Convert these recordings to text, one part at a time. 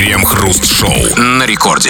Крем-хруст-шоу на рекорде.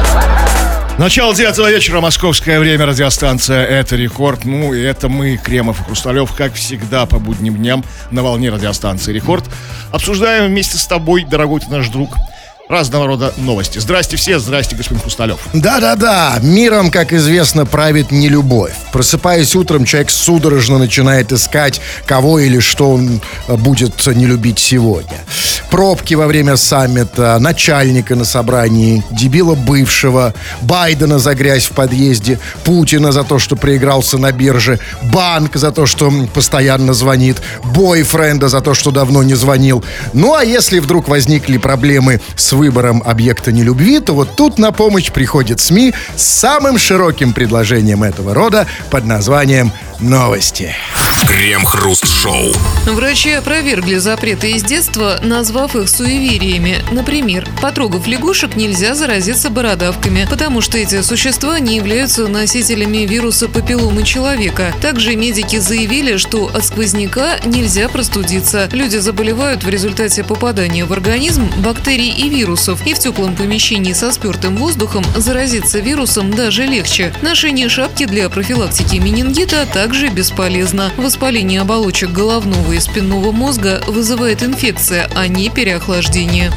Начало 9 вечера, московское время, радиостанция «Это Рекорд». Ну, и это мы, Кремов и Хрусталев, как всегда, по будним дням на волне радиостанции «Рекорд». Обсуждаем вместе с тобой, дорогой ты наш друг, разного рода новости. Здрасте все, здрасте, господин Хрусталев. Да-да-да, миром, как известно, правит нелюбовь. Просыпаясь утром, человек судорожно начинает искать, кого или что он будет не любить сегодня. Пробки во время саммита, начальника на собрании, дебила бывшего, Байдена за грязь в подъезде, Путина за то, что проигрался на бирже, банк за то, что постоянно звонит, бойфренда за то, что давно не звонил. Ну, а если вдруг возникли проблемы с выбором объекта нелюбви, то вот тут на помощь приходят СМИ с самым широким предложением этого рода под названием «Новости». Крем-хруст-шоу. Врачи опровергли запреты из детства, назвав их суевериями. Например, потрогав лягушек, нельзя заразиться бородавками, потому что эти существа не являются носителями вируса папилломы человека. Также медики заявили, что от сквозняка нельзя простудиться. Люди заболевают в результате попадания в организм бактерий и вирусов, и в теплом помещении со спертым воздухом заразиться вирусом даже легче. Ношение шапки для профилактики менингита также бесполезно. Воспаление оболочек головного и спинного мозга вызывает инфекция, а не переохлаждение.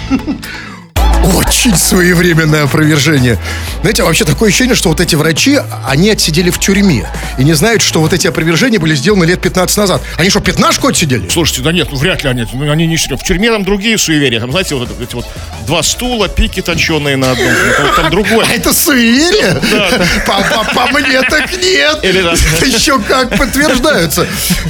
Очень своевременное опровержение. Знаете, вообще такое ощущение, что вот эти врачи, они отсидели в тюрьме и не знают, что вот эти опровержения были сделаны лет 15 назад. Они что, пятнашку отсидели? Слушайте, да нет, ну вряд ли они не в тюрьме, там другие суеверия. Там, знаете, вот эти вот два стула, пики точеные на одном, там другое. А это суеверие? Да. По мне так нет. Это еще как подтверждаются.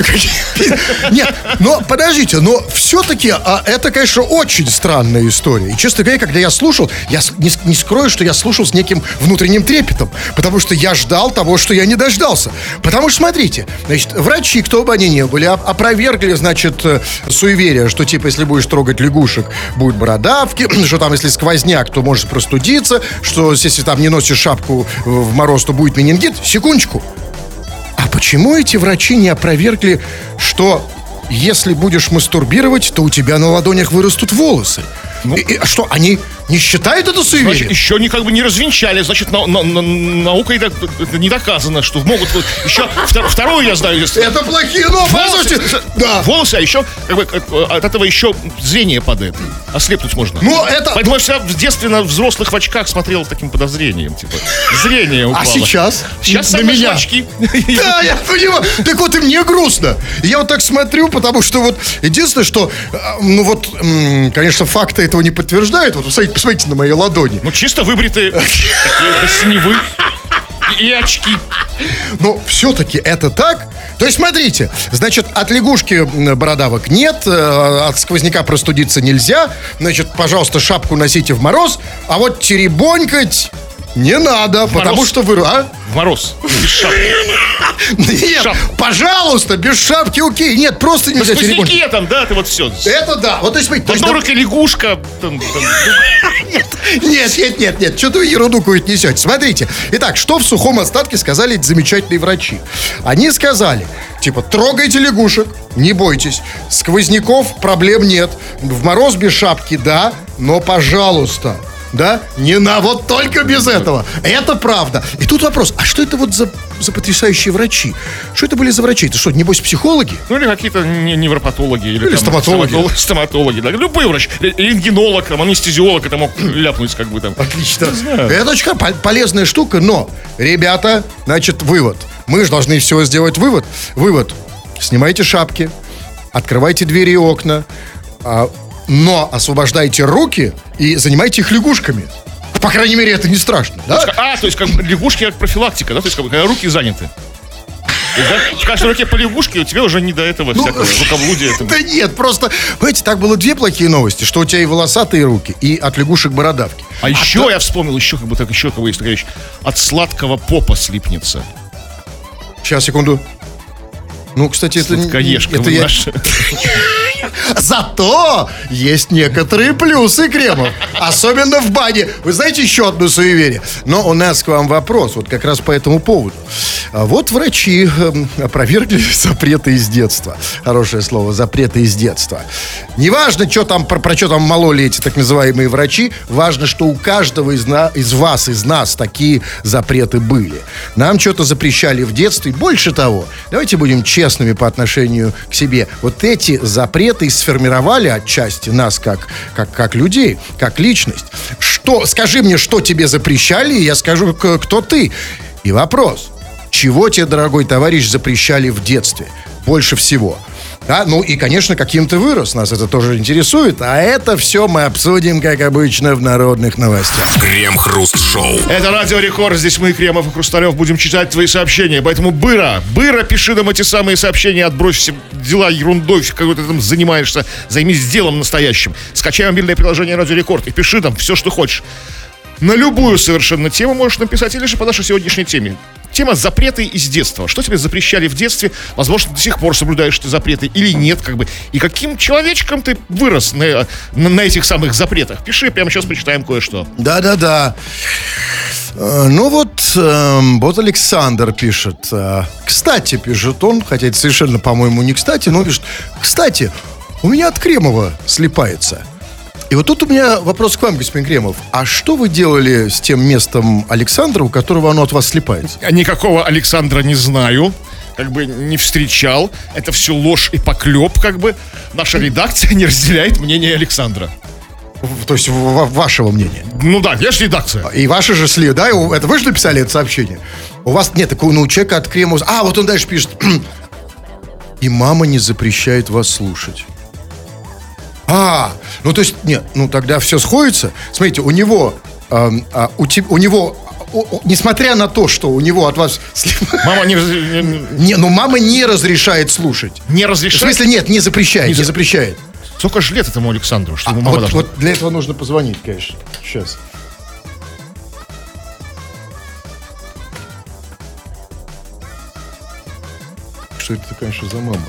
Нет, но подождите, но все-таки это, конечно, очень странная история. И, честно говоря, когда я слушал, я не скрою, что я слушал с неким внутренним трепетом, потому что я ждал того, что я не дождался. Потому что, смотрите, значит, врачи, кто бы они ни были, опровергли, значит, суеверие, что, типа, если будешь трогать лягушек, будут бородавки, что там, если сквозняк, то можешь простудиться, что если там не носишь шапку в мороз, то будет менингит. Секундочку. А почему эти врачи не опровергли, что если будешь мастурбировать, то у тебя на ладонях вырастут волосы? Ну, что, они не считают это суеверием? Значит, еще как бы не развенчали. Значит, наукой это не доказано, что могут... Еще вторую я знаю. Это плохие новости. Да. Волосы, а еще как бы, от этого еще зрение падает. Ослепнуть можно. Но это... Поэтому я всегда в детстве на взрослых в очках смотрел с таким подозрением. Типа, зрение упало. А сейчас? Сейчас на меня очки. Да, я понимаю. Так вот и мне грустно. Я вот так смотрю, потому что вот единственное, что... Ну вот, конечно, факты этого не подтверждают. Вот посмотрите на мои ладони. Ну, чисто выбритые такие до синевы. И очки. Но все-таки это так? То есть, смотрите, значит, от лягушки бородавок нет, от сквозняка простудиться нельзя. Значит, пожалуйста, шапку носите в мороз, а вот теребонькать не надо, потому что вы... А? В мороз, без шапки. Нет, пожалуйста, без шапки, окей. Нет, просто нельзя теребонькать. На там, да, это вот все. Это да. Вот, то есть, смотрите, только лягушка. Нет, что-то вы ерунду какую-то несете. Смотрите. Итак, что в сухом остатке сказали эти замечательные врачи? Они сказали, типа, трогайте лягушек, не бойтесь. Сквозняков проблем нет. В мороз без шапки, да, но пожалуйста. Да? Не на, вот только без этого. Это правда. И тут вопрос, а что это вот за потрясающие врачи? Что это были за врачи? Это что, небось, психологи? Ну, или какие-то невропатологи. Или там, стоматологи. Стоматологи, да. Любой врач. Рентгенолог, там, анестезиолог, это мог ляпнуть, как бы там. Отлично. Это очень полезная штука, но, ребята, значит, вывод. Мы же должны всего сделать вывод. Вывод. Снимайте шапки, открывайте двери и окна, но освобождайте руки и занимайте их лягушками. По крайней мере, это не страшно, да? То есть как лягушки как профилактика, да? То есть как бы, когда руки заняты. В каждой руке по лягушке, у тебя уже не до этого всякого рукоблудия. Да нет, просто, понимаете, так было две плохие новости, что у тебя и волосатые руки, и от лягушек бородавки. А еще я вспомнил, еще как бы есть такая вещь. От сладкого попа слипнется. Сейчас, секунду. Ну, кстати, это... Сладкоежка это наша. Зато есть некоторые плюсы, Кремов. Особенно в бане. Вы знаете еще одно суеверие? Но у нас к вам вопрос, вот как раз по этому поводу. Вот врачи опровергли запреты из детства. Хорошее слово, запреты из детства. Неважно, что там, про что там мололи эти так называемые врачи, важно, что у каждого из нас такие запреты были. Нам что-то запрещали в детстве. Больше того, давайте будем честными по отношению к себе. Вот эти запреты сформировали отчасти нас как людей, как личность. Скажи мне, что тебе запрещали, и я скажу, кто ты. И вопрос, чего тебе, дорогой товарищ, запрещали в детстве больше всего? Да, ну и, конечно, каким ты вырос, нас это тоже интересует. А это все мы обсудим, как обычно, в народных новостях. Крем-хруст-шоу. Это Радио Рекорд, здесь мы, Кремов и Хрусталев, будем читать твои сообщения. Поэтому, Быра, пиши нам эти самые сообщения, отбрось все дела ерундой, какой ты там занимаешься, займись делом настоящим. Скачай мобильное приложение Радио Рекорд и пиши там все, что хочешь. На любую совершенно тему можешь написать, или же по нашей сегодняшней теме. Тема запреты из детства. Что тебе запрещали в детстве? Возможно, до сих пор соблюдаешь ты запреты или нет, как бы. И каким человечком ты вырос на этих самых запретах? Пиши, прямо сейчас почитаем кое-что. Да. Ну вот Александр пишет. Кстати, пишет он, хотя это совершенно, по-моему, не кстати, но пишет. Кстати, у меня от Кремова слипается. И вот тут у меня вопрос к вам, господин Кремов. А что вы делали с тем местом Александра, у которого оно от вас слипается? Никакого Александра не знаю. Как бы не встречал. Это все ложь и поклеп, как бы. Наша редакция не разделяет мнение Александра. То есть вашего мнения? Ну да, я же редакция. И ваши же слив, да? Это вы же написали это сообщение? У вас нет такого, ну, человека от Кремова. А, вот он дальше пишет. И мама не запрещает вас слушать. Ну то есть, нет, ну тогда все сходится. Смотрите, у него, несмотря на то, что у него от вас... Мама мама не разрешает слушать. Не разрешает? В смысле, нет, не запрещает, не запрещает. Сколько же лет этому Александру, что ему мама должна... Вот для этого нужно позвонить, конечно, сейчас. Что это, конечно, за мама?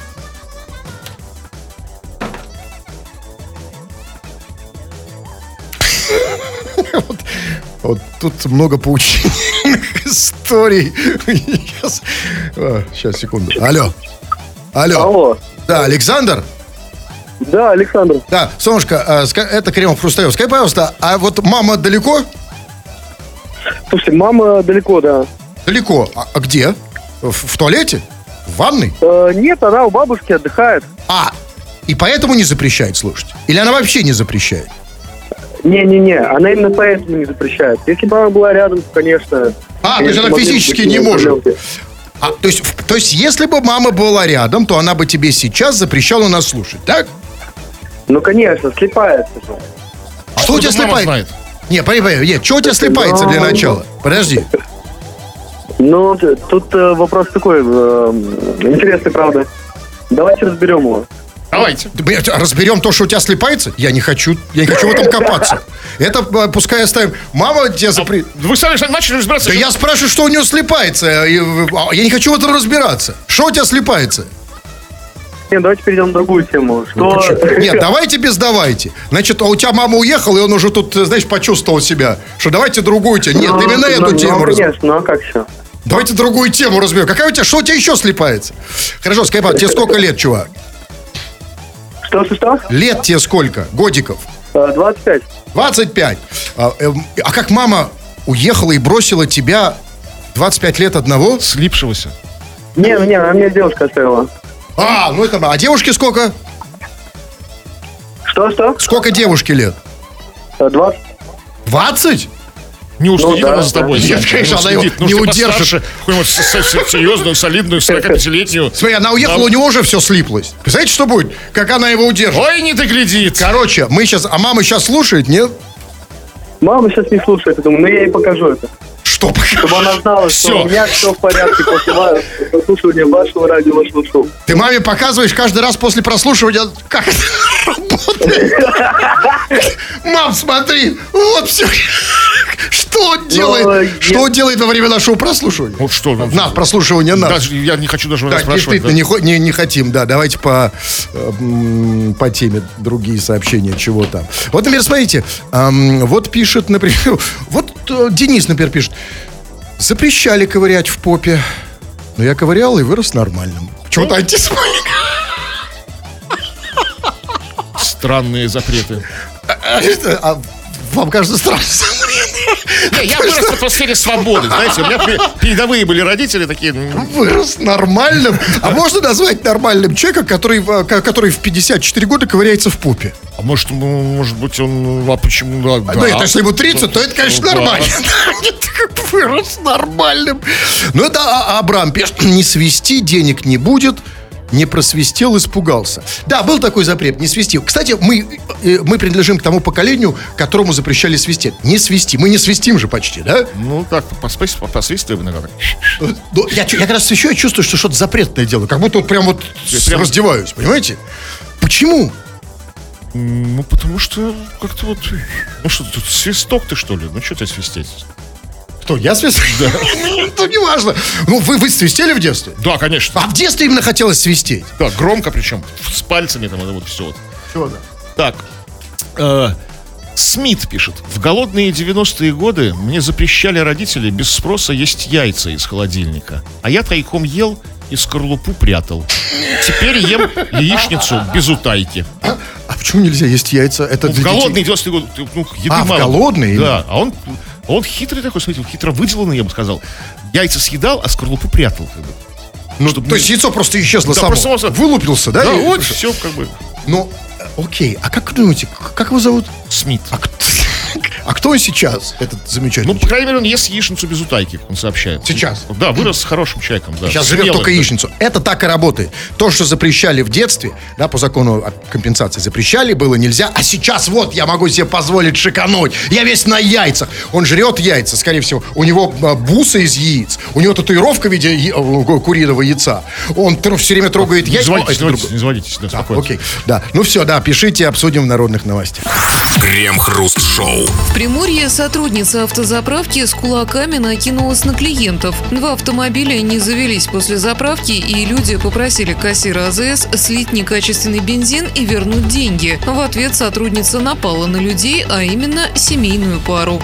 Вот тут много поучительных историй. Сейчас, секунду. Алло. Да, Александр? Да, Александр. Да, солнышко, это Кремов Хрусталев. Скажи, пожалуйста, а вот мама далеко? Слушай, мама далеко, да. Далеко? А где? В туалете? В ванной? Нет, она у бабушки отдыхает. И поэтому не запрещает слушать? Или она вообще не запрещает? Не-не-не, она именно поэтому не запрещает. Если бы она была рядом, то, конечно... То есть она физически не может? То есть если бы мама была рядом, то она бы тебе сейчас запрещала нас слушать, так? Ну, конечно, слипается же. Что у тебя слипается? Нет, что у тебя слипается для начала? Подожди. Ну, тут вопрос такой, интересный, правда. Давайте разберем его. Давайте. Разберем то, что у тебя слипается? Я не хочу в этом копаться. Это пускай оставим. Мама тебя Вы сами начали разбираться. Да я спрашиваю, что у нее слипается. Я не хочу в этом разбираться. Что у тебя слипается? Нет, давайте перейдем на другую тему. Нет, давайте. Значит, у тебя мама уехала, и он уже тут, знаешь, почувствовал себя. Что давайте другую тему. Нет, именно эту тему разберем. Конечно, а как все? Давайте другую тему разберем. Что у тебя еще слипается? Хорошо, скажи, тебе сколько лет, чувак? Что? Лет тебе сколько? Годиков? 25. 25. А как мама уехала и бросила тебя 25 лет одного? Слипшегося. Не, она меня девушка оставила. А девушке сколько? Что? Сколько девушке лет? 20. 20? Не уследит она за тобой. Нет, конечно, она его не удержит. Какую-нибудь серьезную, солидную, 45-летнюю. Смотри, она уехала, у него уже все слиплось. Представляете, что будет? Как она его удержит? Ой, не доглядит. Короче, мама сейчас слушает, нет? Мама сейчас не слушает, я думаю, но я ей покажу это. Что покажу? Чтобы она знала, что у меня все в порядке после прослушивания вашего радио, вашего шоу. Ты маме показываешь каждый раз после прослушивания, как это работает? Мам, смотри, вот все. Что он делает? Что он делает во время нашего прослушивания? Вот что? Прослушивания нас. Даже, я не хочу даже Да, спрашивать. действительно, не хотим, да. Давайте по теме другие сообщения, чего там. Вот, например, смотрите, вот пишет, например, вот Денис, например, пишет: запрещали ковырять в попе, но я ковырял и вырос нормальным. Почему-то антисемитик. Странные запреты. Вам кажется странно? Я вырос в атмосфере свободы, знаете, у меня передовые были родители такие. Вырос нормальным. А можно назвать нормальным человека, который в 54 года ковыряется в попе? А может быть, он... А почему? Да. Ну, это если ему 30, то это, конечно, Да. нормально. Вырос нормальным. Ну, это Абрам пишет: не свисти, денег не будет. Не просвистел, испугался. Да, был такой запрет, не свисти. Кстати, мы принадлежим к тому поколению, которому запрещали свистеть. Не свисти. Мы не свистим же почти, да? Ну, так, посвистываем иногда. Я как раз еще чувствую, что что-то запретное делаю. Как будто вот прям раздеваюсь, понимаете? Почему? Ну, потому что как-то вот... Ну, что тут, свисток ты, что ли? Ну, что тебе свистеть? Кто, я свистел? Да. Ну, не важно. Ну, вы свистели в детстве? Да, конечно. А в детстве именно хотелось свистеть? Да, громко причем. С пальцами там, это вот все вот. Все, да. Так, Смит пишет: в голодные 90-е годы мне запрещали родители без спроса есть яйца из холодильника. А я тайком ел и скорлупу прятал. Теперь ем яичницу без утайки. А почему нельзя есть яйца? Это В голодные 90-е годы, ну, еды мало. в голодные? Да, а он хитрый такой, смотрите, хитро выделанный, я бы сказал. Яйца съедал, а скорлупу прятал. Как бы. Ну, то есть яйцо просто исчезло Да, само. просто Вылупился, да? Да, вот, все как бы. Ну, окей. А как думаете, как его зовут? Смит. А кто он сейчас, этот замечательный? Ну, по крайней мере, он ест яичницу без утайки, он сообщает. Сейчас? Да, вырос хорошим человеком. Да. Сейчас живет только яичницу. Это так и работает. То, что запрещали в детстве, да, по закону о компенсации запрещали, было нельзя. А сейчас вот я могу себе позволить шикануть. Я весь на яйцах. Он жрет яйца, скорее всего. У него бусы из яиц. У него татуировка в виде куриного яйца. Он все время трогает яйца. Не заводитесь, да, спокойно. Окей, да. Ну все, да, пишите, обсудим в народных новостях. Крем-хруст-шоу. В Приморье сотрудница автозаправки с кулаками накинулась на клиентов. 2 автомобиля не завелись после заправки, и люди попросили кассира АЗС слить некачественный бензин и вернуть деньги. В ответ сотрудница напала на людей, а именно семейную пару.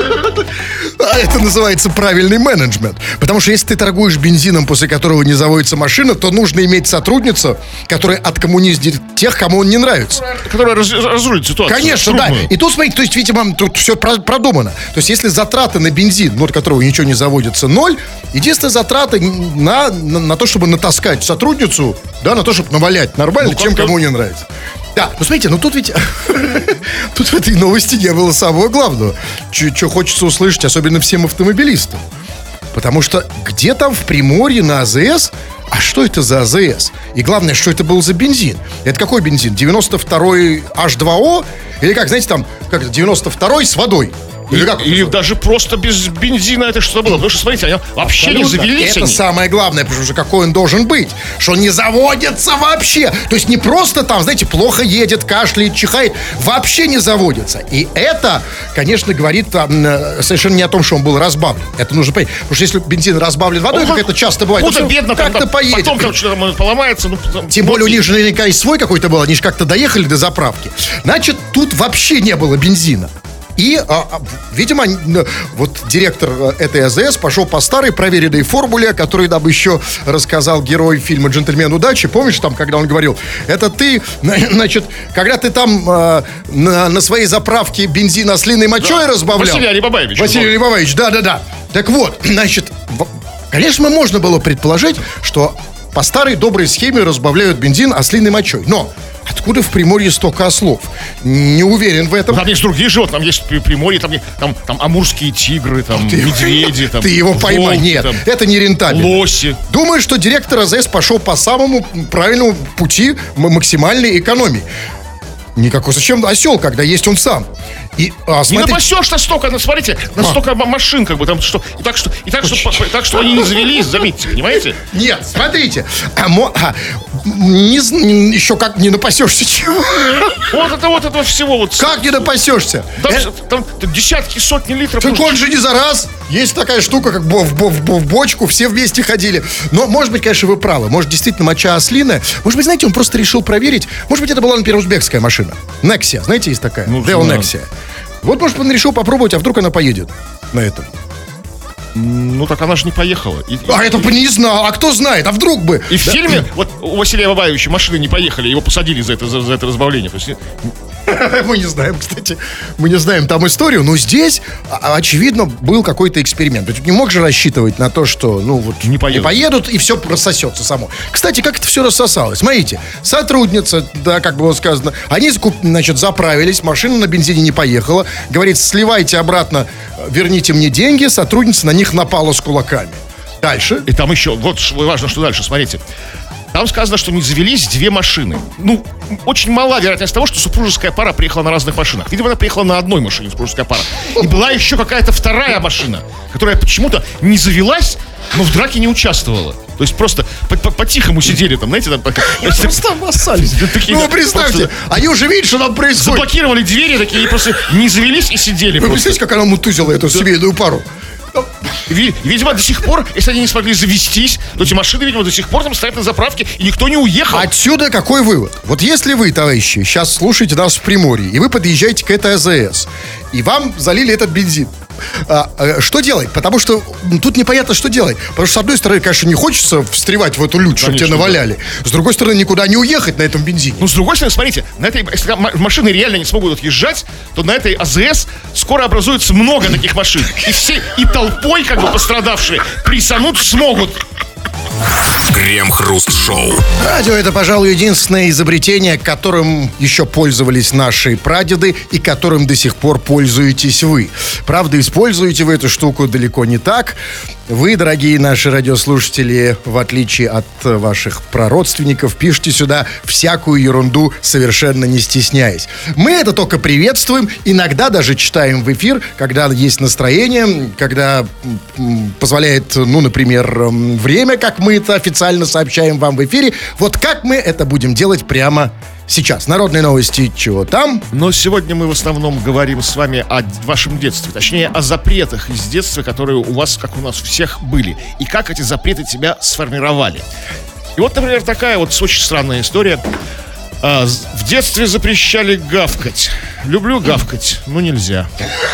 А это называется правильный менеджмент. Потому что если ты торгуешь бензином, после которого не заводится машина, то нужно иметь сотрудницу, которая откоммуниздит тех, кому он не нравится. Которая разрулит ситуацию. Конечно, да. И тут, смотрите, то есть, видимо, тут все продумано. То есть, если затраты на бензин, ну, от которого ничего не заводится, 0, единственная затрата на то, чтобы натаскать сотрудницу, да, на то, чтобы навалять нормально, чем кому не нравится. Да, ну смотрите, ну тут ведь тут в этой новости не было самого главного, что хочется услышать, особенно всем автомобилистам. Потому что где там в Приморье на АЗС, а что это за АЗС? И главное, что это был за бензин? Это какой бензин? 92-й H2O? Или как, знаете, там, как 92-й с водой? Или даже просто без бензина это что было? Потому что, смотрите, они вообще не завелись. Это самое главное, потому что какой он должен быть. Что он не заводится вообще. То есть не просто там, знаете, плохо едет, кашляет, чихает. Вообще не заводится. И это, конечно, говорит совершенно не о том, что он был разбавлен. Это нужно понять. Потому что если бензин разбавлен водой, как это часто бывает, то бедно, как-то поедет. Потом там что-то поломается. Тем более у них же наверняка и свой какой-то был. Они же как-то доехали до заправки. Значит, тут вообще не было бензина. И, видимо, вот директор этой АЗС пошел по старой проверенной формуле, которую нам еще рассказал герой фильма «Джентльмен удачи». Помнишь, там, когда он говорил, это ты, значит, когда ты там на своей заправке бензин ослиной мочой разбавлял. Василий Алибабаевич. Василий Алибабаевич, да. Так вот, значит, конечно, можно было предположить, что по старой доброй схеме разбавляют бензин ослиной мочой. Но откуда в Приморье столько ослов? Не уверен в этом. Там есть другие животные, там есть Приморье, там амурские тигры, там медведи. Там, ты его поймай. волки, нет, там, это не рентабельно. Лоси. Думаю, что директор АЗС пошел по самому правильному пути максимальной экономии. Никакой. Зачем осел, когда есть он сам? И, Не смотрите, напасешься столько, смотрите, настолько машин, как бы там, что, и так, что они не завелись, заметьте, понимаете? Нет, смотрите. Еще как не напасешься чего? Вот это всего вот. Как не напасешься? Там десятки, сотни литров. Так он же не за раз. Есть такая штука, как в бочку, все вместе ходили. Но, может быть, конечно, вы правы. Может, действительно, моча ослиная. Может быть, знаете, он просто решил проверить. Может быть, это была, например, узбекская машина. Nexia, знаете, есть такая? Deo Nexia. Вот, может, он решил попробовать, а вдруг она поедет на этом. Ну, так она же не поехала. Это бы не знал, а кто знает, а вдруг бы. И в фильме, вот у Василия Бабаевича машины не поехали, его посадили за это разбавление. То есть, Мы не знаем, кстати. Мы не знаем там историю, но здесь, очевидно, был какой-то эксперимент. Ведь не мог же рассчитывать на то, что, не поедут, и все рассосется само. Кстати, как это все рассосалось? Смотрите, сотрудница, да, как было сказано, они, значит, заправились, машина на бензине не поехала. Говорит, сливайте обратно, верните мне деньги. Сотрудница на них напала с кулаками. Дальше. И там еще, вот важно, что дальше, смотрите. Там сказано, что не завелись две машины. Очень мала вероятность того, что супружеская пара приехала на разных машинах. Видимо, она приехала на одной машине, супружеская пара. И была еще какая-то вторая машина, которая почему-то не завелась, но в драке не участвовала. То есть просто по-тихому сидели там, знаете, там... Просто обоссались. Вы представьте, они уже видят, что там происходит. Заблокировали двери такие, и просто не завелись и сидели. Вы представляете, как она мутузила эту семейную пару? Видимо, до сих пор, если они не смогли завестись, то эти машины, видимо, до сих пор там стоят на заправке, и никто не уехал. Отсюда какой вывод? Вот если вы, товарищи, сейчас слушаете нас в Приморье, и вы подъезжаете к этой АЗС, и вам залили этот бензин, что делать? Потому что тут непонятно, что делать. Потому что, с одной стороны, конечно, не хочется встревать в эту лють, чтобы тебя наваляли. Да. С другой стороны, никуда не уехать на этом бензине. С другой стороны, смотрите, если машины реально не смогут отъезжать, то на этой АЗС скоро образуется много таких машин. И толпой, как бы, пострадавшие присануть смогут. Крем-хруст-шоу. Радио — это, пожалуй, единственное изобретение, которым еще пользовались наши прадеды и которым до сих пор пользуетесь вы. Правда, используете вы эту штуку далеко не так. Вы, дорогие наши радиослушатели, в отличие от ваших прародственников, пишите сюда всякую ерунду, совершенно не стесняясь. Мы это только приветствуем, иногда даже читаем в эфир, когда есть настроение, когда позволяет, например, время, как мы это официально сообщаем вам в эфире. Вот как мы это будем делать прямо сейчас. Народные новости, чего там? Но сегодня мы в основном говорим с вами о вашем детстве. Точнее, о запретах из детства, которые у вас, как у нас у всех, были. И как эти запреты тебя сформировали. И вот, например, такая вот очень странная история. В детстве запрещали гавкать. Люблю гавкать, но нельзя.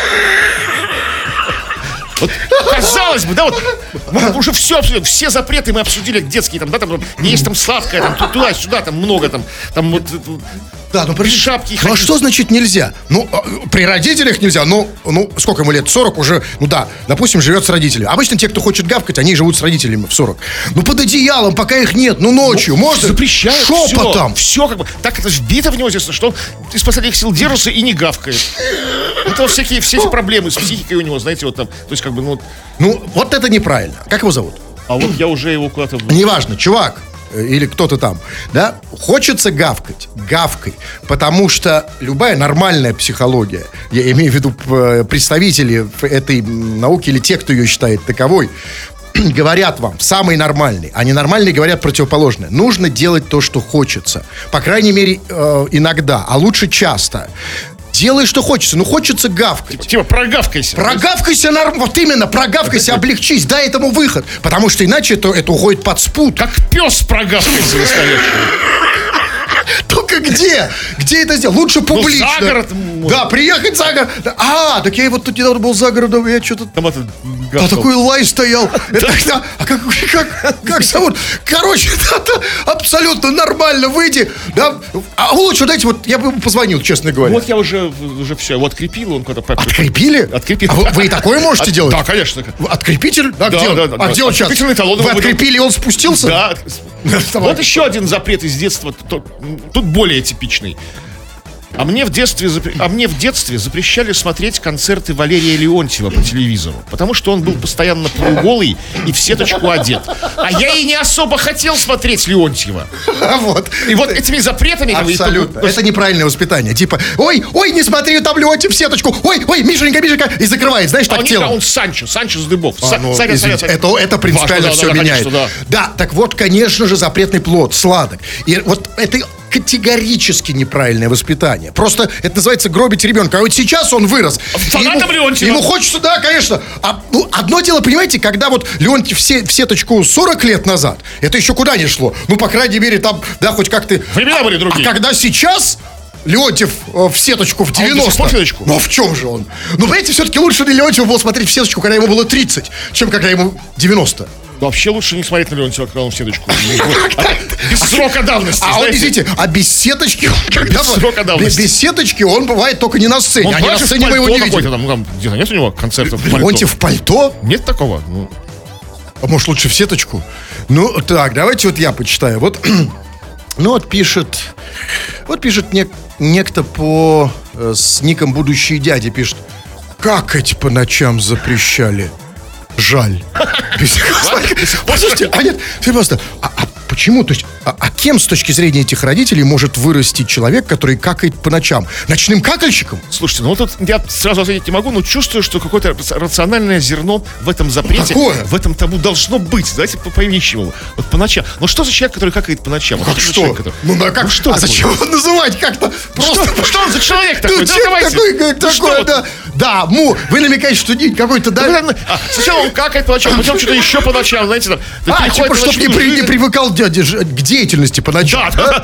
Вот, казалось бы, да, вот уже все запреты мы обсудили детские, там, да, там не есть там сладкое, там туда-сюда, там много, там вот. Да, при шапке. Ну, а что значит нельзя? При родителях нельзя, сколько ему лет? 40 уже, допустим, живет с родителями. Обычно те, кто хочет гавкать, они живут с родителями в 40. Под одеялом, пока их нет, ночью, можно. Запрещают шепотом. Все как бы, так это вбито в него, естественно, что он из последних сил держится и не гавкает. Это все эти проблемы с психикой у него, знаете, вот там, то есть как бы, вот это неправильно. Как его зовут? А вот я уже его куда-то... Неважно, чувак. Или кто-то там, да, хочется гавкать, гавкай, потому что любая нормальная психология, я имею в виду представители этой науки или те, кто ее считает таковой, говорят вам, самые нормальные, а ненормальные говорят противоположное. Нужно делать то, что хочется, по крайней мере, иногда, а лучше часто. Делай, что хочется. Хочется гавкать. Типа прогавкайся. Прогавкайся, вот именно, прогавкайся, облегчись, дай этому выход. Потому что иначе это уходит под спут. Как пес прогавкайся настоящий. Только где? Где это сделать? Лучше публично. За город. Да, приехать за город. Так я вот тут недавно был за городом, я что-то... Там такой лай стоял. А как зовут? Короче, это абсолютно нормально, выйди. Да? А лучше, дайте, вот я бы ему позвонил, честно говоря. Вот я уже все, его открепил, он куда-то... Открепили? Открепил. А вы и такое можете делать? Да, конечно. Открепитель? Да, где он сейчас? Открепительный талон. Вы открепили, и он спустился? Да. Вот еще один запрет из детства, тут более типичный. А мне в детстве запрещали смотреть концерты Валерия Леонтьева по телевизору, потому что он был постоянно полуголый и в сеточку одет. А я и не особо хотел смотреть Леонтьева. Вот. И вот этими запретами... Абсолютно. Это неправильное воспитание. Типа, ой, не смотри, там Леонтьев в сеточку. Ой, Мишенька. И закрывает, знаешь, так телом. Он Санчо с Дыбов. Извините, это принципиально все меняет. Да, так вот, конечно же, запретный плод, сладок. И вот это категорически неправильное воспитание. Просто это называется гробить ребенка. А вот сейчас он вырос. Фанатом Леонтьева. Ему хочется, да, конечно. Одно дело, понимаете, когда вот Леонтьев в сеточку 40 лет назад, это еще куда не шло. Ну, по крайней мере, там, да, хоть как-то... Времена были другие. А когда сейчас... Леонтьев в сеточку в 90. Ну, а в чем же он? Ну, понимаете, все-таки лучше на Леонтьева было смотреть в сеточку, когда ему было 30, чем когда ему 90. Вообще лучше не смотреть на Леонтьева, когда он в сеточку. Без срока давности. А вот, извините, без сеточки... Без срока давности. Без сеточки он бывает только не на сцене. А не на сцене мы его не видим. Где-то нет у него концертов в пальто? Леонтьев в пальто? Нет такого. А может, лучше в сеточку? Ну, так, давайте вот я почитаю. Вот... Ну, вот пишет некто с ником «Будущий дядя», пишет: какать по ночам запрещали. Жаль. Послушайте, нет, просто, почему? То есть, кем с точки зрения этих родителей может вырасти человек, который какает по ночам? Ночным какальщиком? Слушайте, ну вот тут я сразу ответить не могу, но чувствую, что какое-то рациональное зерно в этом запрете, в этом табу должно быть. Давайте появничьим его. Вот по ночам. Ну что за человек, который какает по ночам? Как что? Что? А зачем его называть как-то? Просто... Что он за человек такой? Такой, да. Да, вы намекаете, что какой-то... Сначала он какает по ночам, потом что-то еще по ночам, знаете, там. Типа, чтоб не привыкал дядя к деятельности по ночам. Да.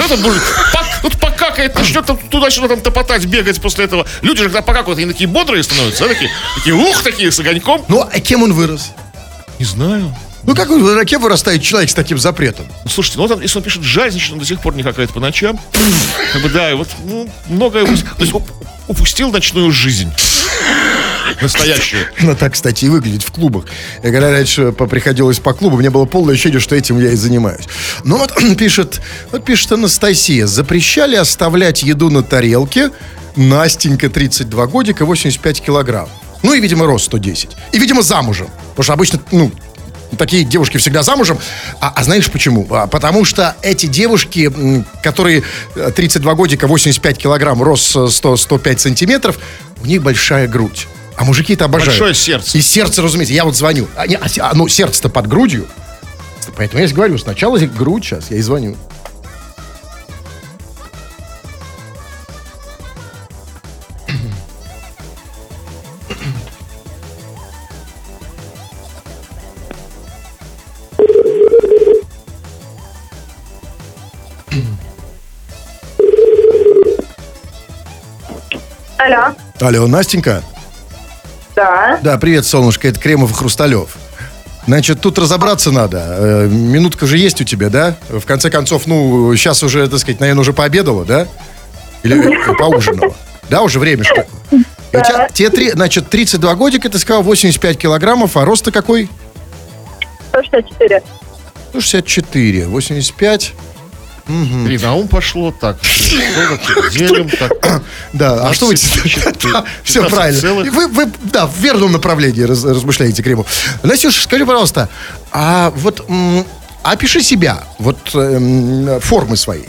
Тут покакает, начнет туда-сюда там топотать, бегать после этого. Люди же, когда покакают, они такие бодрые становятся, такие с огоньком. Ну, а кем он вырос? Не знаю. Ну, кем вырастает человек с таким запретом? Слушайте, ну, если он пишет «жаль», значит, он до сих пор не какает по ночам. Да, и вот многое... То есть упустил ночную жизнь. Настоящую. Ну, так, кстати, и выглядит в клубах. Я когда раньше приходилось по клубу, мне было полное ощущение, что этим я и занимаюсь. Ну, вот пишет Анастасия: запрещали оставлять еду на тарелке. Настенька, 32 годика, 85 килограмм. Ну, и, видимо, рост 110. И, видимо, замужем. Потому что обычно, такие девушки всегда замужем. А знаешь почему? Потому что эти девушки, которые 32 годика, 85 килограмм, рост 105 сантиметров, у них большая грудь. А мужики-то обожают. Большое сердце. И сердце, разумеется. Я вот звоню. Сердце-то под грудью. Поэтому я говорю, сначала грудь, сейчас я и звоню. Алло, Настенька? Да. Да, привет, солнышко, это Кремов и Хрусталев. Значит, тут разобраться надо. Минутка же есть у тебя, да? В конце концов, сейчас уже, так сказать, наверное, уже пообедала, да? Или поужинала? Да, уже время что? Да. Тебе 32 годика, ты сказал, 85 килограммов, а рост-то какой? 164. 164, 85... Угу. И на ум пошло так. Делим так. Да, а что вы... Все правильно. Вы, в верном направлении размышляете, Кремов. Настюш, скажи, пожалуйста, опиши себя, формы свои.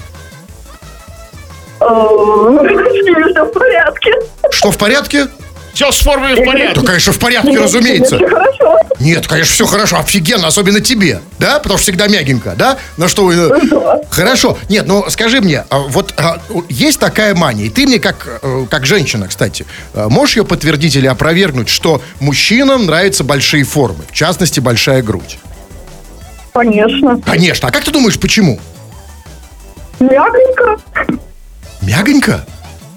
Все в порядке. Что в порядке? Все с формой в порядке. Да, конечно, в порядке, разумеется. Все хорошо. Нет, конечно, все хорошо, офигенно, особенно тебе, да? Потому что всегда мягенько, да? На что вы... Хорошо. Нет, скажи мне, есть такая мания, и ты мне как женщина, кстати, можешь ее подтвердить или опровергнуть, что мужчинам нравятся большие формы, в частности, большая грудь? Конечно. Конечно. А как ты думаешь, почему? Мягонько. Мягонько?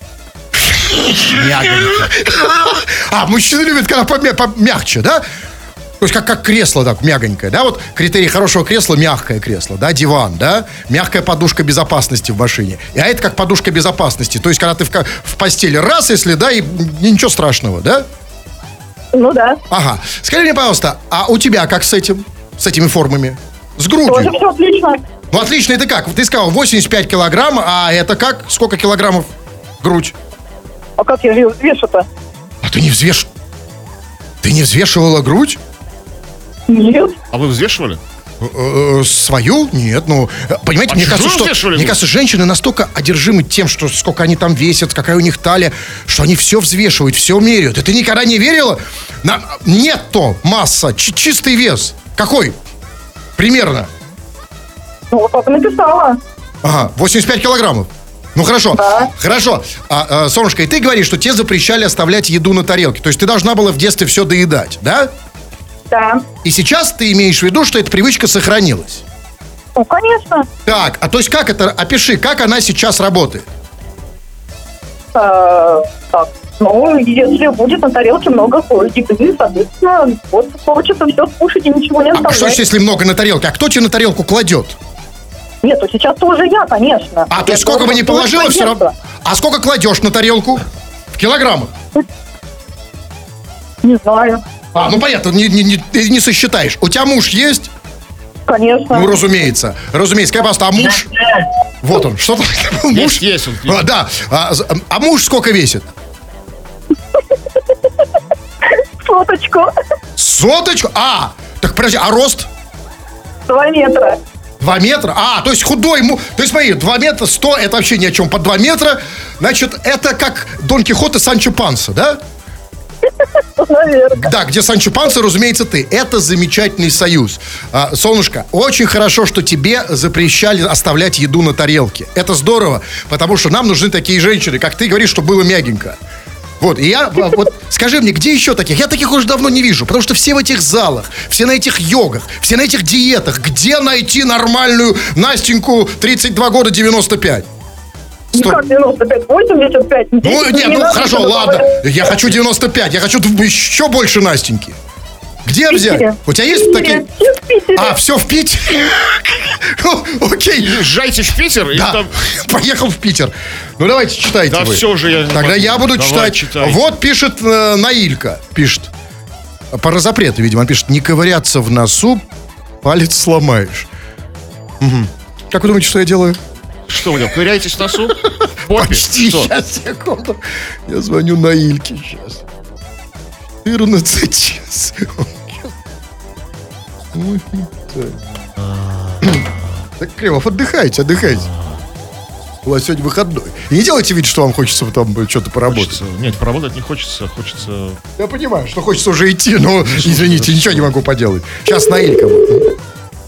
Мягонько. Мужчины любят, когда помягче, да? То есть как кресло так мягонькое, да? Вот критерий хорошего кресла — мягкое кресло, да? Диван, да? Мягкая подушка безопасности в машине. А это как подушка безопасности. То есть когда ты в постели раз, если, да, и ничего страшного, да? Ну да. Ага. Скажи мне, пожалуйста, а у тебя как с этим? С этими формами? С грудью? Тоже все отлично. Ну, отлично, это как? Ты сказал 85 килограмм, а это как? Сколько килограммов? грудь. А как я ее взвешу-то? А ты не взвешивала грудь? Нет. А вы взвешивали? Свою? Нет, ну, понимаете, мне кажется, женщины настолько одержимы тем, что сколько они там весят, какая у них талия, что они все взвешивают, все меряют. И ты никогда не верила? Нет-то масса, чистый вес. Какой? Примерно. Ну, вот папа написала. Ага, 85 килограммов. Ну, хорошо. Да. Хорошо. Солнышко, и ты говоришь, что тебе запрещали оставлять еду на тарелке. То есть ты должна была в детстве все доедать, да? Да. И сейчас ты имеешь в виду, что эта привычка сохранилась? Ну, конечно. Так, то есть как это, опиши, как она сейчас работает? Так, ну, если будет на тарелке много еды, соответственно, вот получится все скушать и ничего не А оставлять. что значит, если много на тарелке? А кто тебе на тарелку кладет? Нет, то сейчас тоже я, конечно. То есть сколько бы ни положила, все равно... А сколько кладешь на тарелку? В килограммах? Не знаю. Ну понятно, не сосчитаешь. У тебя муж есть? Конечно. Ну, разумеется. Разумеется. Скажи, пожалуйста, а муж... Вот он, что-то... Муж? Есть он. Да. А муж сколько весит? Соточку. Соточку? Так подожди, а рост? 2 метра. 2 метра? То есть худой муж. То есть смотри, 2 метра 100, это вообще ни о чем. Под 2 метра, значит, это как Дон Кихот и Санчо Панса, да? Наверное. Да, где Санчо Панса, разумеется, ты. Это замечательный союз. Солнышко, очень хорошо, что тебе запрещали оставлять еду на тарелке. Это здорово, потому что нам нужны такие женщины, как ты говоришь, что было мягенько. Вот, и вот скажи мне, где еще таких? Я таких уже давно не вижу, потому что все в этих залах, все на этих йогах, все на этих диетах. Где найти нормальную Настеньку 32 года 95? Как 95? 85? Хорошо, ладно. Я хочу 95, я хочу еще больше Настеньки. Где взять? У тебя есть такие? Все в Питере. Все в Питере? Окей. Езжайте в Питер и Да, там... поехал в Питер. Ну, давайте читайте Да вы. все же я... Тогда я буду читать. Читайте. Вот пишет Наилька. Пишет. Про запреты, видимо. Он пишет: не ковыряться в носу, палец сломаешь. Угу. Как вы думаете, что я делаю? Что вы делаете? Ковыряетесь в носу? Попе? Почти. Что? Сейчас, секунду. Я звоню Наильке сейчас. 14 часов. Так, Кремов, отдыхайте. У вас сегодня выходной. И не делайте вид, что вам хочется там что-то поработать. Нет, поработать не хочется. Хочется... Я понимаю, что хочется уже идти, но, извините, ничего не могу поделать. Сейчас Наилька будет.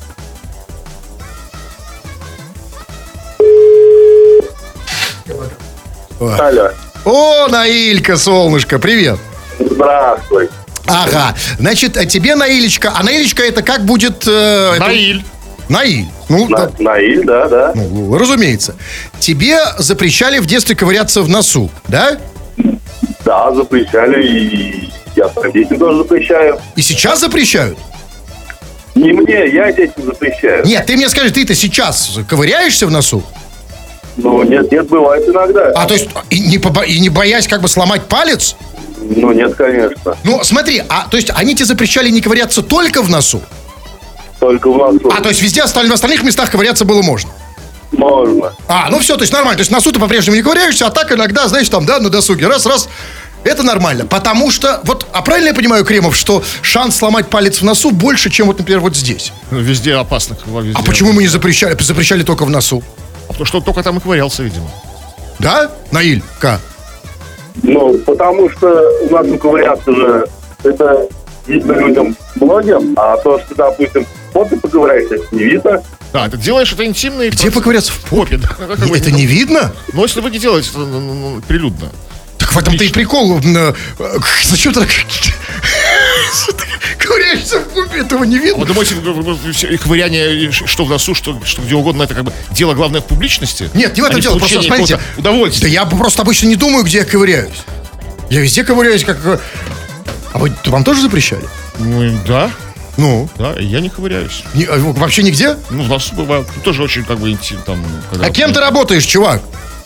Алло. О, Наилька, солнышко, привет. Здравствуй. Ага, значит, тебе Наилечка. А Наилечка это как будет... Наиль. Наиль. Ну, Наиль, да. Ну, разумеется. Тебе запрещали в детстве ковыряться в носу, да? Да, запрещали, и я своим детям тоже запрещаю. И сейчас запрещают? Не мне, я детям запрещаю. Нет, ты мне скажи, ты-то сейчас ковыряешься в носу? Ну, нет, бывает иногда. То есть, и не боясь как бы сломать палец? Ну, нет, конечно. Ну, смотри, то есть они тебе запрещали не ковыряться только в носу? Только в носу. То есть везде в остальных местах ковыряться было можно? Можно. Ну все, то есть нормально. То есть в носу ты по-прежнему не ковыряешься, а так иногда, знаешь, там, да, на досуге. Раз. Это нормально. Потому что, правильно я понимаю, Кремов, что шанс сломать палец в носу больше, чем, например, вот здесь? Везде опасно. Везде. Почему мы не запрещали? Запрещали только в носу? Потому что только там и ковырялся, видимо. Да, Наиль? Ну, потому что у нас ковыряться же, это видно людям многим, а то, что, допустим, в попе поковыряешься, это не видно. Да, ты делаешь это интимно. Где поковыряться? В попе? Да. Это не видно? Но если вы не делаете это прилюдно. Так в этом-то и прикол. Зачем ты ковыряешься в попе, этого не видно? Вы думаете, ковыряние, что в носу, что где угодно, это как бы дело главное в публичности? Нет, не в этом дело. Просто смотрите. Удовольствие. Да я просто обычно не думаю, где я ковыряюсь. Я везде ковыряюсь, как... А вам тоже запрещали? Ну, да. Ну? Да, я не ковыряюсь. Вообще нигде? Ну, в носу бывает. Тоже очень как бы интим там. А кем ты работаешь, чувак?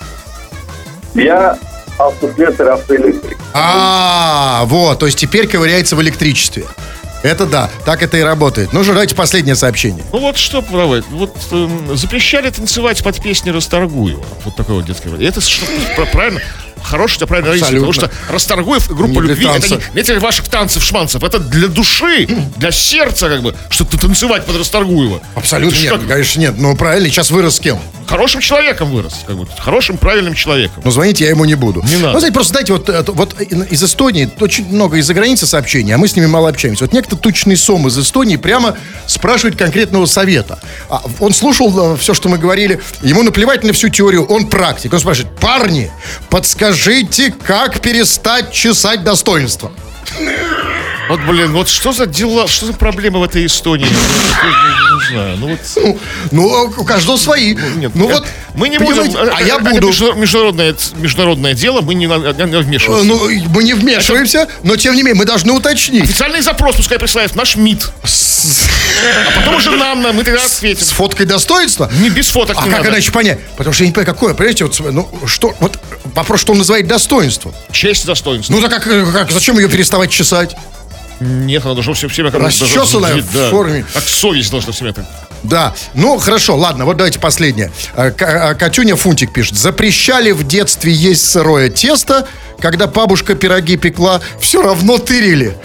Я автослесарь, автоэлектрик. Вот, то есть теперь ковыряется в электричестве. Это да, так это и работает. Ну же, давайте последнее сообщение. Ну вот что, давай, запрещали танцевать под песни Расторгуева. Вот такой вот детский вариант. Это что, правильно? Хороший, это правильно, Абсолютно. потому что Расторгуев и группа Не для любви, это танца. не для ваших танцев-шманцев, это для души, для сердца, как бы, чтобы танцевать под Расторгуева. Абсолютно Это нет, как конечно, нет. Ну, правильно, сейчас вырос с кем? Хорошим человеком вырос, как бы, хорошим, правильным человеком. Но звонить я ему не буду. Не надо. Ну, знаете, просто, знаете, вот из Эстонии очень много из-за границы сообщений, а мы с ними мало общаемся. Вот некто тучный сом из Эстонии прямо спрашивает конкретного совета. Он слушал все, что мы говорили, ему наплевать на всю теорию, он практик. Он спрашивает: парни, подскажите, как перестать чесать достоинство? Вот, блин, вот что за дела, что за проблемы в этой Эстонии? Не знаю, ну вот... Ну, у каждого свои. Нет, Ну вот, мы не будем, понимаете, а я это буду. международное дело, мы не вмешиваемся. Ну, мы не вмешиваемся, но тем не менее мы должны уточнить. Официальный запрос пускай присылает в наш МИД. А потом уже мы тогда ответим. С фоткой достоинства? Не без фоток А не как надо. иначе понять? Потому что я не понимаю, какое, понимаете, вот, ну, что, вот вопрос, что он называет достоинством. Честь, достоинство. Ну, так как зачем ее переставать чесать? Нет, она должна всеми как бы Расчесанная даже- в форме. Как совесть должна всеми так. Да, ну, хорошо, ладно, вот давайте последнее. Катюня Фунтик пишет: запрещали в детстве есть сырое тесто, когда бабушка пироги пекла, все равно тырили.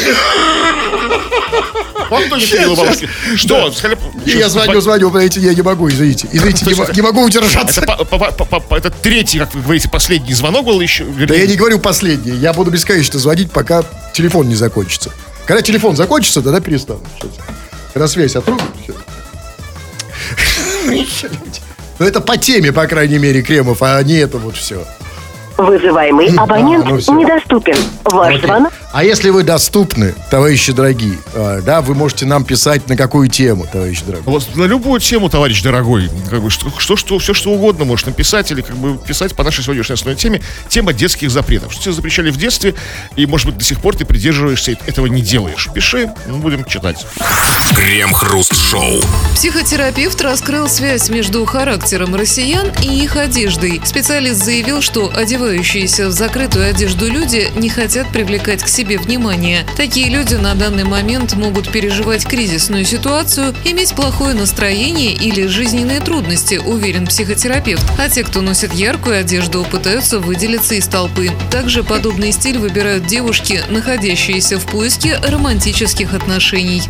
Вот кто не тырил бабушки. Что? Сказали, Я звоню, понимаете, я не могу, извините, не могу удержаться. Это третий, как вы говорите, последний звонок был еще. Да я не говорю последний, я буду бесконечно звонить, пока телефон не закончится. Когда телефон закончится, тогда перестану. Сейчас. Когда связь отрубит, все. Ну, это по теме, по крайней мере, Кремов, а не это вот все. Вызываемый абонент ну всё. недоступен. Ваш звонок. А если вы доступны, товарищи дорогие, да, вы можете нам писать на какую тему, товарищи дорогие. Вот на любую тему, товарищ дорогой, как бы, все что угодно можно написать или как бы писать по нашей сегодняшней основной теме. Тема детских запретов. Что тебе запрещали в детстве, и, может быть, до сих пор ты придерживаешься, этого не делаешь. Пиши, мы будем читать. Крем-хруст-шоу. Психотерапевт раскрыл связь между характером россиян и их одеждой. Специалист заявил, что одевающиеся в закрытую одежду люди не хотят привлекать к себе внимание. Такие люди на данный момент могут переживать кризисную ситуацию, иметь плохое настроение или жизненные трудности, уверен психотерапевт. А те, кто носит яркую одежду, пытаются выделиться из толпы. Также подобный стиль выбирают девушки, находящиеся в поиске романтических отношений.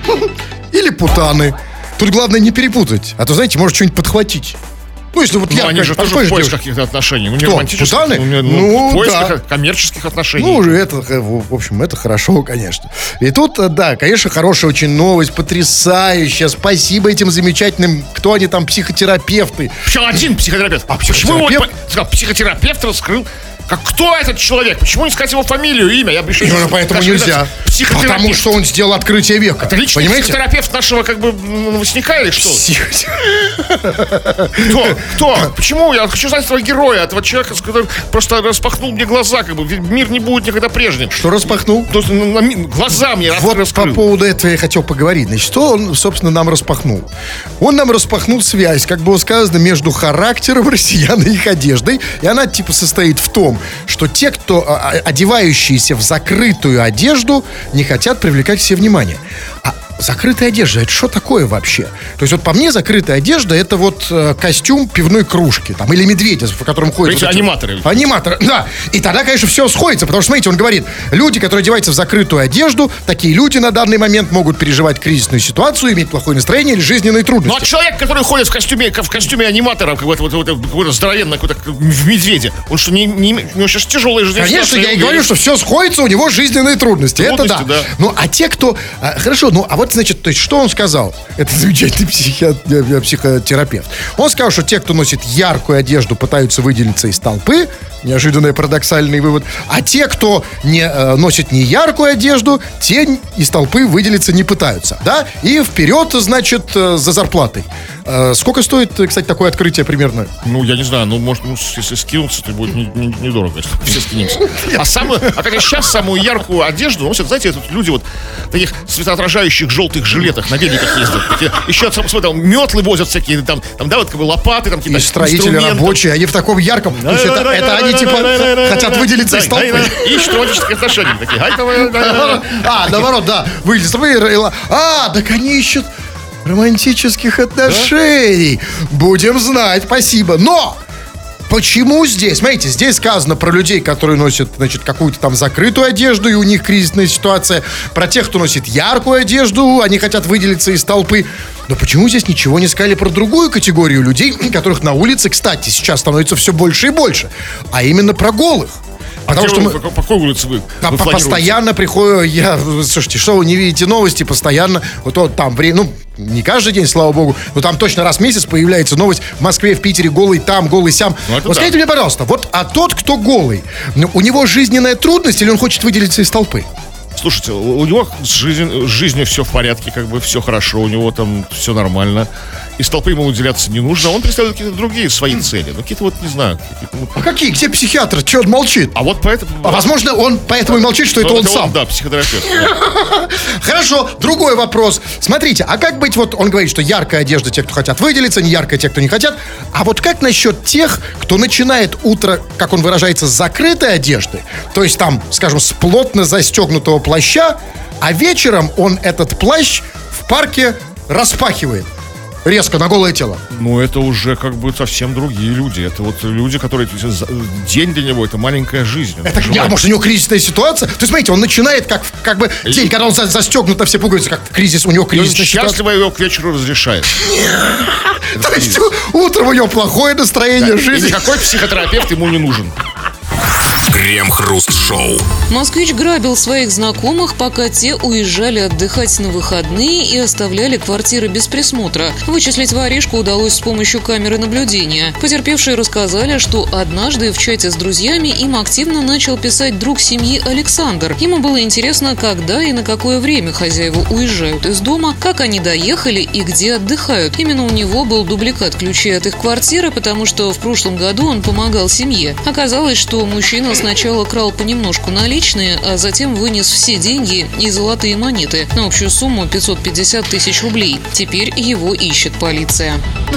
Или путаны. Тут главное не перепутать, а то, знаете, может что-нибудь подхватить. Ну, если вот Ну, ярко они же тоже в подходишь, поисках девушка. каких-то отношений. Ну, не Кто? романтических, Путаны? в поисках да. коммерческих отношений. Ну, уже это, в общем, это хорошо, конечно. И тут, да, конечно, хорошая очень новость, потрясающая. Спасибо этим замечательным, кто они там, психотерапевты. Почему один психотерапевт? психотерапевт? Почему его сказал, психотерапевт раскрыл? Кто этот человек? Почему не сказать его фамилию, имя? Я бы еще Именно поэтому скажу, нельзя. Психотерапевт. Потому что он сделал открытие века. Это личный понимаете? психотерапевт нашего как бы новостника или что? Психотерапевт. Кто? Почему? Я хочу знать этого героя, этого человека, который просто распахнул мне глаза, как бы мир не будет никогда прежним. Что распахнул? То есть, глаза мне Вот раскрыл. по поводу этого я хотел поговорить. Значит, что он, собственно, нам распахнул? Он нам распахнул связь, как было сказано, между характером россиян и их одеждой. И она, типа, состоит в том, что те, кто одевающиеся в закрытую одежду, не хотят привлекать к себе внимание. А закрытая одежда, это что такое вообще? То есть вот по мне закрытая одежда, это вот костюм пивной кружки, там, или медведя, в котором ходят... Эти вот эти- аниматоры. Аниматоры, да. И тогда, конечно, все сходится, потому что, смотрите, он говорит, люди, которые одеваются в закрытую одежду, такие люди на данный момент могут переживать кризисную ситуацию, иметь плохое настроение или жизненные Ну, а трудности. человек, который ходит в костюме аниматора, какой-то здоровенный, какой-то в медведе, он что, у него сейчас тяжелая жизнь. Конечно, я и говорю, что все сходится, у него жизненные трудности. Это Трудности, да. да. Ну, а те, кто... Хорошо, ну, а вот, значит, то есть, что он сказал? Это замечательный психотерапевт. Он сказал, что те, кто носит яркую одежду, пытаются выделиться из толпы. Неожиданный парадоксальный вывод. А те, кто не носит не яркую одежду, те из толпы выделиться не пытаются. Да? И вперед, значит, за зарплатой. Сколько стоит, кстати, такое открытие примерно? Ну, я не знаю, может, если скинуться, то будет недорого, если все скинемся. А как сейчас самую яркую одежду носят, знаете, тут люди вот в таких светоотражающих желтых жилетах на великах ездят. Еще, смотри, метлы возят всякие, там, да, вот как бы лопаты, там какие-то И строители инструменты. рабочие, они в таком ярком. То есть это они, типа, хотят выделиться из толпы. Ищут романтические отношения такие. Наоборот, да. Выделиться. Так они ищут романтических отношений. Будем знать, спасибо. Но почему здесь? Смотрите, здесь сказано про людей, которые носят, значит, какую-то там закрытую одежду, и у них кризисная ситуация. Про тех, кто носит яркую одежду, они хотят выделиться из толпы. Но почему здесь ничего не сказали про другую категорию людей, которых на улице, кстати, сейчас становится все больше и больше, а именно про голых? Потому что мы... По какой улице вы планируете? Постоянно приходю, слушайте, что вы не видите новости, постоянно, вот там, ну, не каждый день, слава богу, но там точно раз в месяц появляется новость в Москве, в Питере, голый там, голый сям. Вот скажите мне, пожалуйста, вот, а тот, кто голый, у него жизненная трудность или он хочет выделиться из толпы? Слушайте, у него с жизнью все в порядке, как бы все хорошо, у него там все нормально. Из толпы ему уделяться не нужно, он преследует какие-то другие свои цели. Ну, какие-то вот, не знаю. А какие? Где психиатр? Чего он молчит? А вот поэтому... возможно, он поэтому и молчит, что это он сам. Да, психотерапевт. Хорошо, другой вопрос. Смотрите, а как быть, вот он говорит, что яркая одежда те, кто хотят выделиться, не яркая те, кто не хотят. А вот как насчет тех, кто начинает утро, как он выражается, с закрытой одежды, то есть там, скажем, с плотно застегнутого плаща, а вечером он этот плащ в парке распахивает резко на голое тело? Ну, это уже как бы совсем другие люди. Это вот люди, которые... День для него — это маленькая жизнь. Это, может, у него кризисная ситуация? То есть, смотрите, он начинает как бы день, когда он застегнут, все пугаются, как кризис, у него кризисная ситуация. Счастливо его к вечеру разрешает. То есть, утром у него плохое настроение жизни. И никакой психотерапевт ему не нужен. Крем-хруст-шоу. Москвич грабил своих знакомых, пока те уезжали отдыхать на выходные и оставляли квартиры без присмотра. Вычислить воришку удалось с помощью камеры наблюдения. Потерпевшие рассказали, что однажды в чате с друзьями им активно начал писать друг семьи Александр. Ему было интересно, когда и на какое время хозяева уезжают из дома, как они доехали и где отдыхают. Именно у него был дубликат ключей от их квартиры, потому что в прошлом году он помогал семье. Оказалось, что мужчина сначала крал понемножку наличные, а затем вынес все деньги и золотые монеты на общую сумму 550 тысяч рублей. Теперь его ищет полиция.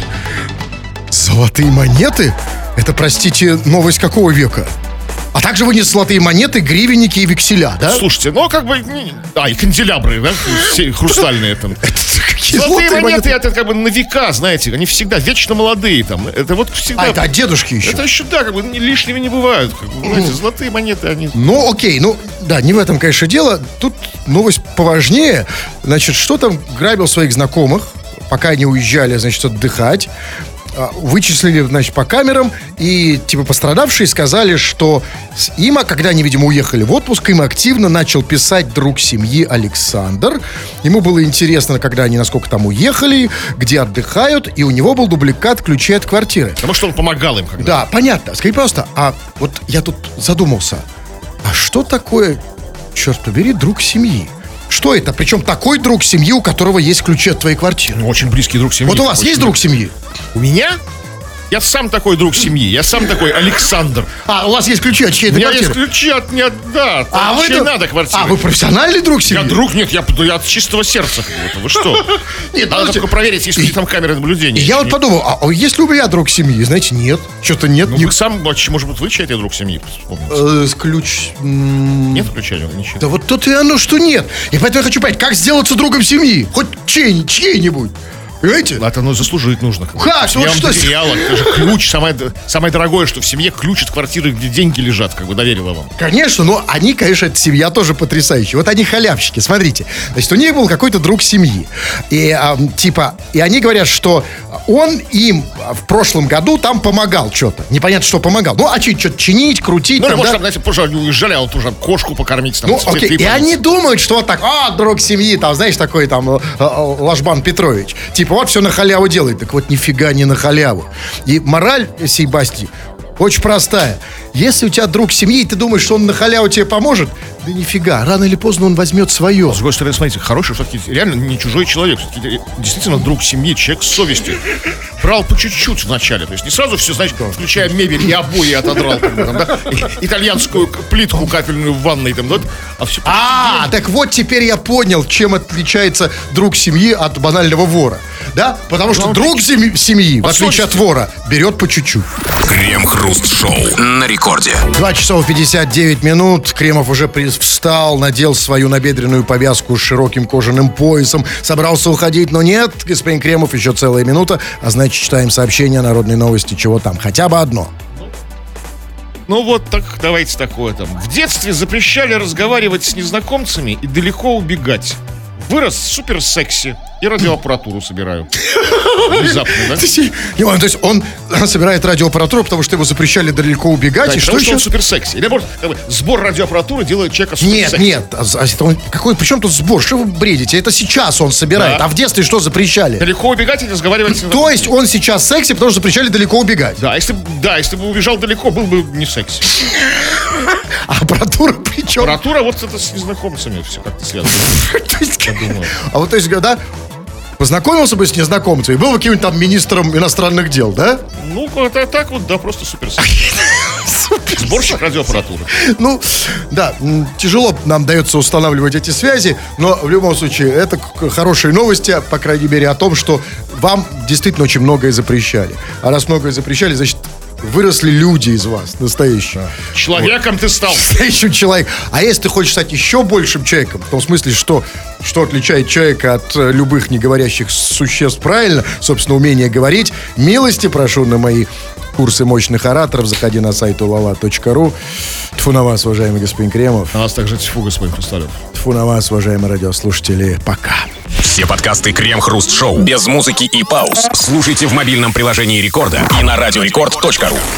Золотые монеты? Это, простите, новость какого века? А также вынес золотые монеты, гривенники и векселя, да? Слушайте, ну как бы... и канделябры, да? Все хрустальные там. Золотые монеты, это как бы на века, знаете. Они всегда вечно молодые там. Это вот всегда... это от дедушки еще? Это еще, да, как бы лишними не бывают. Как бы, знаете, золотые монеты, они... Ну, окей, да, не в этом, конечно, дело. Тут новость поважнее. Значит, что там грабил своих знакомых, пока они уезжали, значит, отдыхать. Вычислили, значит, по камерам, и, типа, пострадавшие сказали, что им, когда они, видимо, уехали в отпуск, им активно начал писать друг семьи Александр. Ему было интересно, когда они, насколько там уехали, где отдыхают, и у него был дубликат ключей от квартиры. Потому что он помогал им когда-то. Да, понятно. Скажи просто, а вот я тут задумался, а что такое, черт побери, друг семьи? Что это? Причем такой друг семьи, у которого есть ключи от твоей квартиры. Ну, очень близкий друг семьи. Вот у вас есть друг семьи? У меня? Я сам такой друг семьи. Я сам такой Александр. А, у вас есть ключи от чьей-то квартиры? У меня есть ключи от... Да, вы чьей надо квартиры. А, вы профессиональный друг семьи? Я друг, нет, я от чистого сердца. Вы что? Нет, надо только проверить, есть ли там камеры наблюдения. Я вот подумал, а есть ли у меня друг семьи? Знаете, нет. Что-то нет. Ну, вы сам, может быть, вы чей-то друг семьи? Ключ... Нет ключа? Ничего. Да вот то-то и оно, что нет. И поэтому я хочу понять, как сделаться другом семьи? Хоть чьей-нибудь. Понимаете? Это заслужить нужно. Как? Я вам доверял, это же ключ, самое дорогое, что в семье ключ от квартиры, где деньги лежат, как бы доверила вам. Конечно, но они, конечно, эта семья тоже потрясающая. Вот они халявщики, смотрите. Значит, у них был какой-то друг семьи. И они говорят, что он им в прошлом году там помогал что-то. Непонятно, что помогал. Ну, что-то чинить, крутить. Ну, там, может, знаете, позже они уезжали, а он тоже кошку покормить. Там, окей. И они думают, что вот так, друг семьи, там, знаешь, такой там Лажбан Петрович. Типа, вот все на халяву делает. Так вот, нифига не на халяву. И мораль сей басни очень простая. Если у тебя друг семьи, и ты думаешь, что он на халяву тебе поможет, да нифига, рано или поздно он возьмет свое. С другой стороны, смотрите, хороший, все-таки реально не чужой человек, все-таки действительно друг семьи, человек с совестью. Брал по чуть-чуть вначале, то есть не сразу все, значит, включая мебель и обои отодрал, там, да? Итальянскую плитку кафельную в ванной, там, да? А все так вот теперь я понял, чем отличается друг семьи от банального вора, да? Потому что друг семьи, в отличие от вора, берет по чуть-чуть. Крем-хруст-шоу на рекорде. 2 часа 59 минут. Кремов уже встал, надел свою набедренную повязку с широким кожаным поясом, собрался уходить, но нет, господин Кремов, еще целая минута, а значит, читаем сообщение народной новости, чего там, хотя бы одно. Ну вот так, давайте такое там. В детстве запрещали разговаривать с незнакомцами и далеко убегать. Вырос супер секси и радиоаппаратуру собираю. Внезапно, да? То есть он собирает радиоаппаратуру, потому что его запрещали далеко убегать. Да, и что потому что еще? он супер секси. Или наоборот, как бы, сбор радиоаппаратуры делает человека супер Нет, секси. нет. Какой, при чем тут сбор? Что вы бредите? Это сейчас он собирает. Да. А в детстве что запрещали? Далеко убегать и разговаривать с То есть он сейчас секси, потому что запрещали далеко убегать. Да, если бы убежал далеко, был бы не секси. А аппаратура при чем? Аппаратура вот это с незнакомцами все как-то связано. Я думаю. А вот то есть, да, познакомился бы с незнакомцем и был бы каким-нибудь там министром иностранных дел, да? Ну, это так вот, да, просто супер секси. Сборщик радиоаппаратуры. Ну, да, тяжело нам дается устанавливать эти связи, но в любом случае это хорошие новости, по крайней мере, о том, что вам действительно очень многое запрещали. А раз многое запрещали, значит, выросли люди из вас, настоящие. Человеком ты стал. Настоящий человек. А если ты хочешь стать еще большим человеком, в том смысле, что отличает человека от любых неговорящих существ правильно, собственно, умение говорить, милости прошу на мои курсы мощных ораторов. Заходи на сайт ulala.ru. Тьфу на вас, уважаемый господин Кремов. На вас также тьфу, господин Хрусталев. Тьфу на вас, уважаемые радиослушатели. Пока. Все подкасты Крем-Хруст Шоу без музыки и пауз слушайте в мобильном приложении Рекорда и на радиорекорд.ру.